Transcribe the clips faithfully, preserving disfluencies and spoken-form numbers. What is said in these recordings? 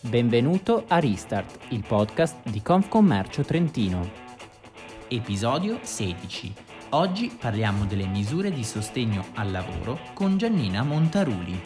Benvenuto a Restart, il podcast di Confcommercio Trentino. Episodio sedici. Oggi parliamo delle misure di sostegno al lavoro con Giannina Montaruli.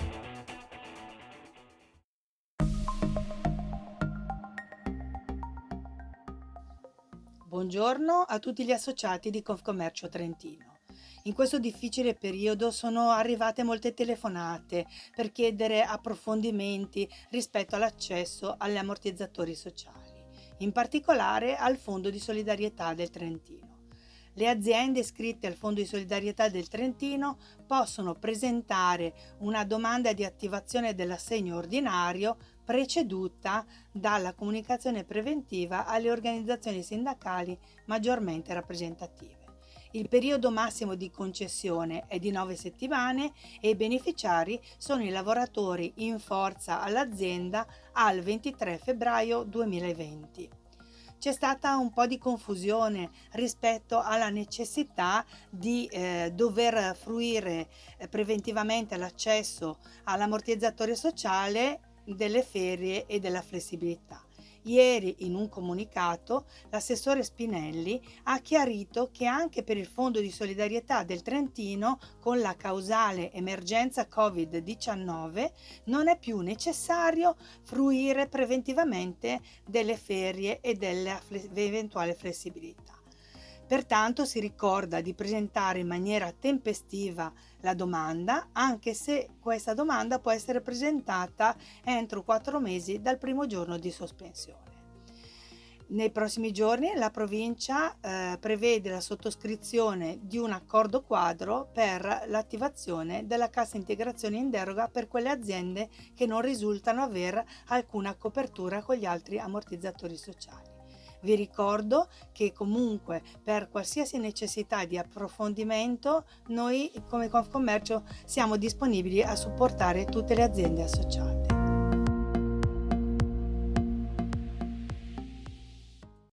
Buongiorno a tutti gli associati di Confcommercio Trentino. In questo difficile periodo sono arrivate molte telefonate per chiedere approfondimenti rispetto all'accesso agli ammortizzatori sociali, in particolare al Fondo di Solidarietà del Trentino. Le aziende iscritte al Fondo di Solidarietà del Trentino possono presentare una domanda di attivazione dell'assegno ordinario preceduta dalla comunicazione preventiva alle organizzazioni sindacali maggiormente rappresentative. Il periodo massimo di concessione è di nove settimane e i beneficiari sono i lavoratori in forza all'azienda al ventitré febbraio duemilaventi. C'è stata un po' di confusione rispetto alla necessità di eh, dover fruire eh, preventivamente l'accesso all'ammortizzatore sociale delle ferie e della flessibilità. Ieri, in un comunicato, l'assessore Spinelli ha chiarito che anche per il Fondo di Solidarietà del Trentino, con la causale emergenza covid diciannove, non è più necessario fruire preventivamente delle ferie e dell'eventuale flessibilità. Pertanto si ricorda di presentare in maniera tempestiva la domanda, anche se questa domanda può essere presentata entro quattro mesi dal primo giorno di sospensione. Nei prossimi giorni la provincia eh, prevede la sottoscrizione di un accordo quadro per l'attivazione della cassa integrazione in deroga per quelle aziende che non risultano aver alcuna copertura con gli altri ammortizzatori sociali. Vi ricordo che comunque per qualsiasi necessità di approfondimento noi come Confcommercio siamo disponibili a supportare tutte le aziende associate.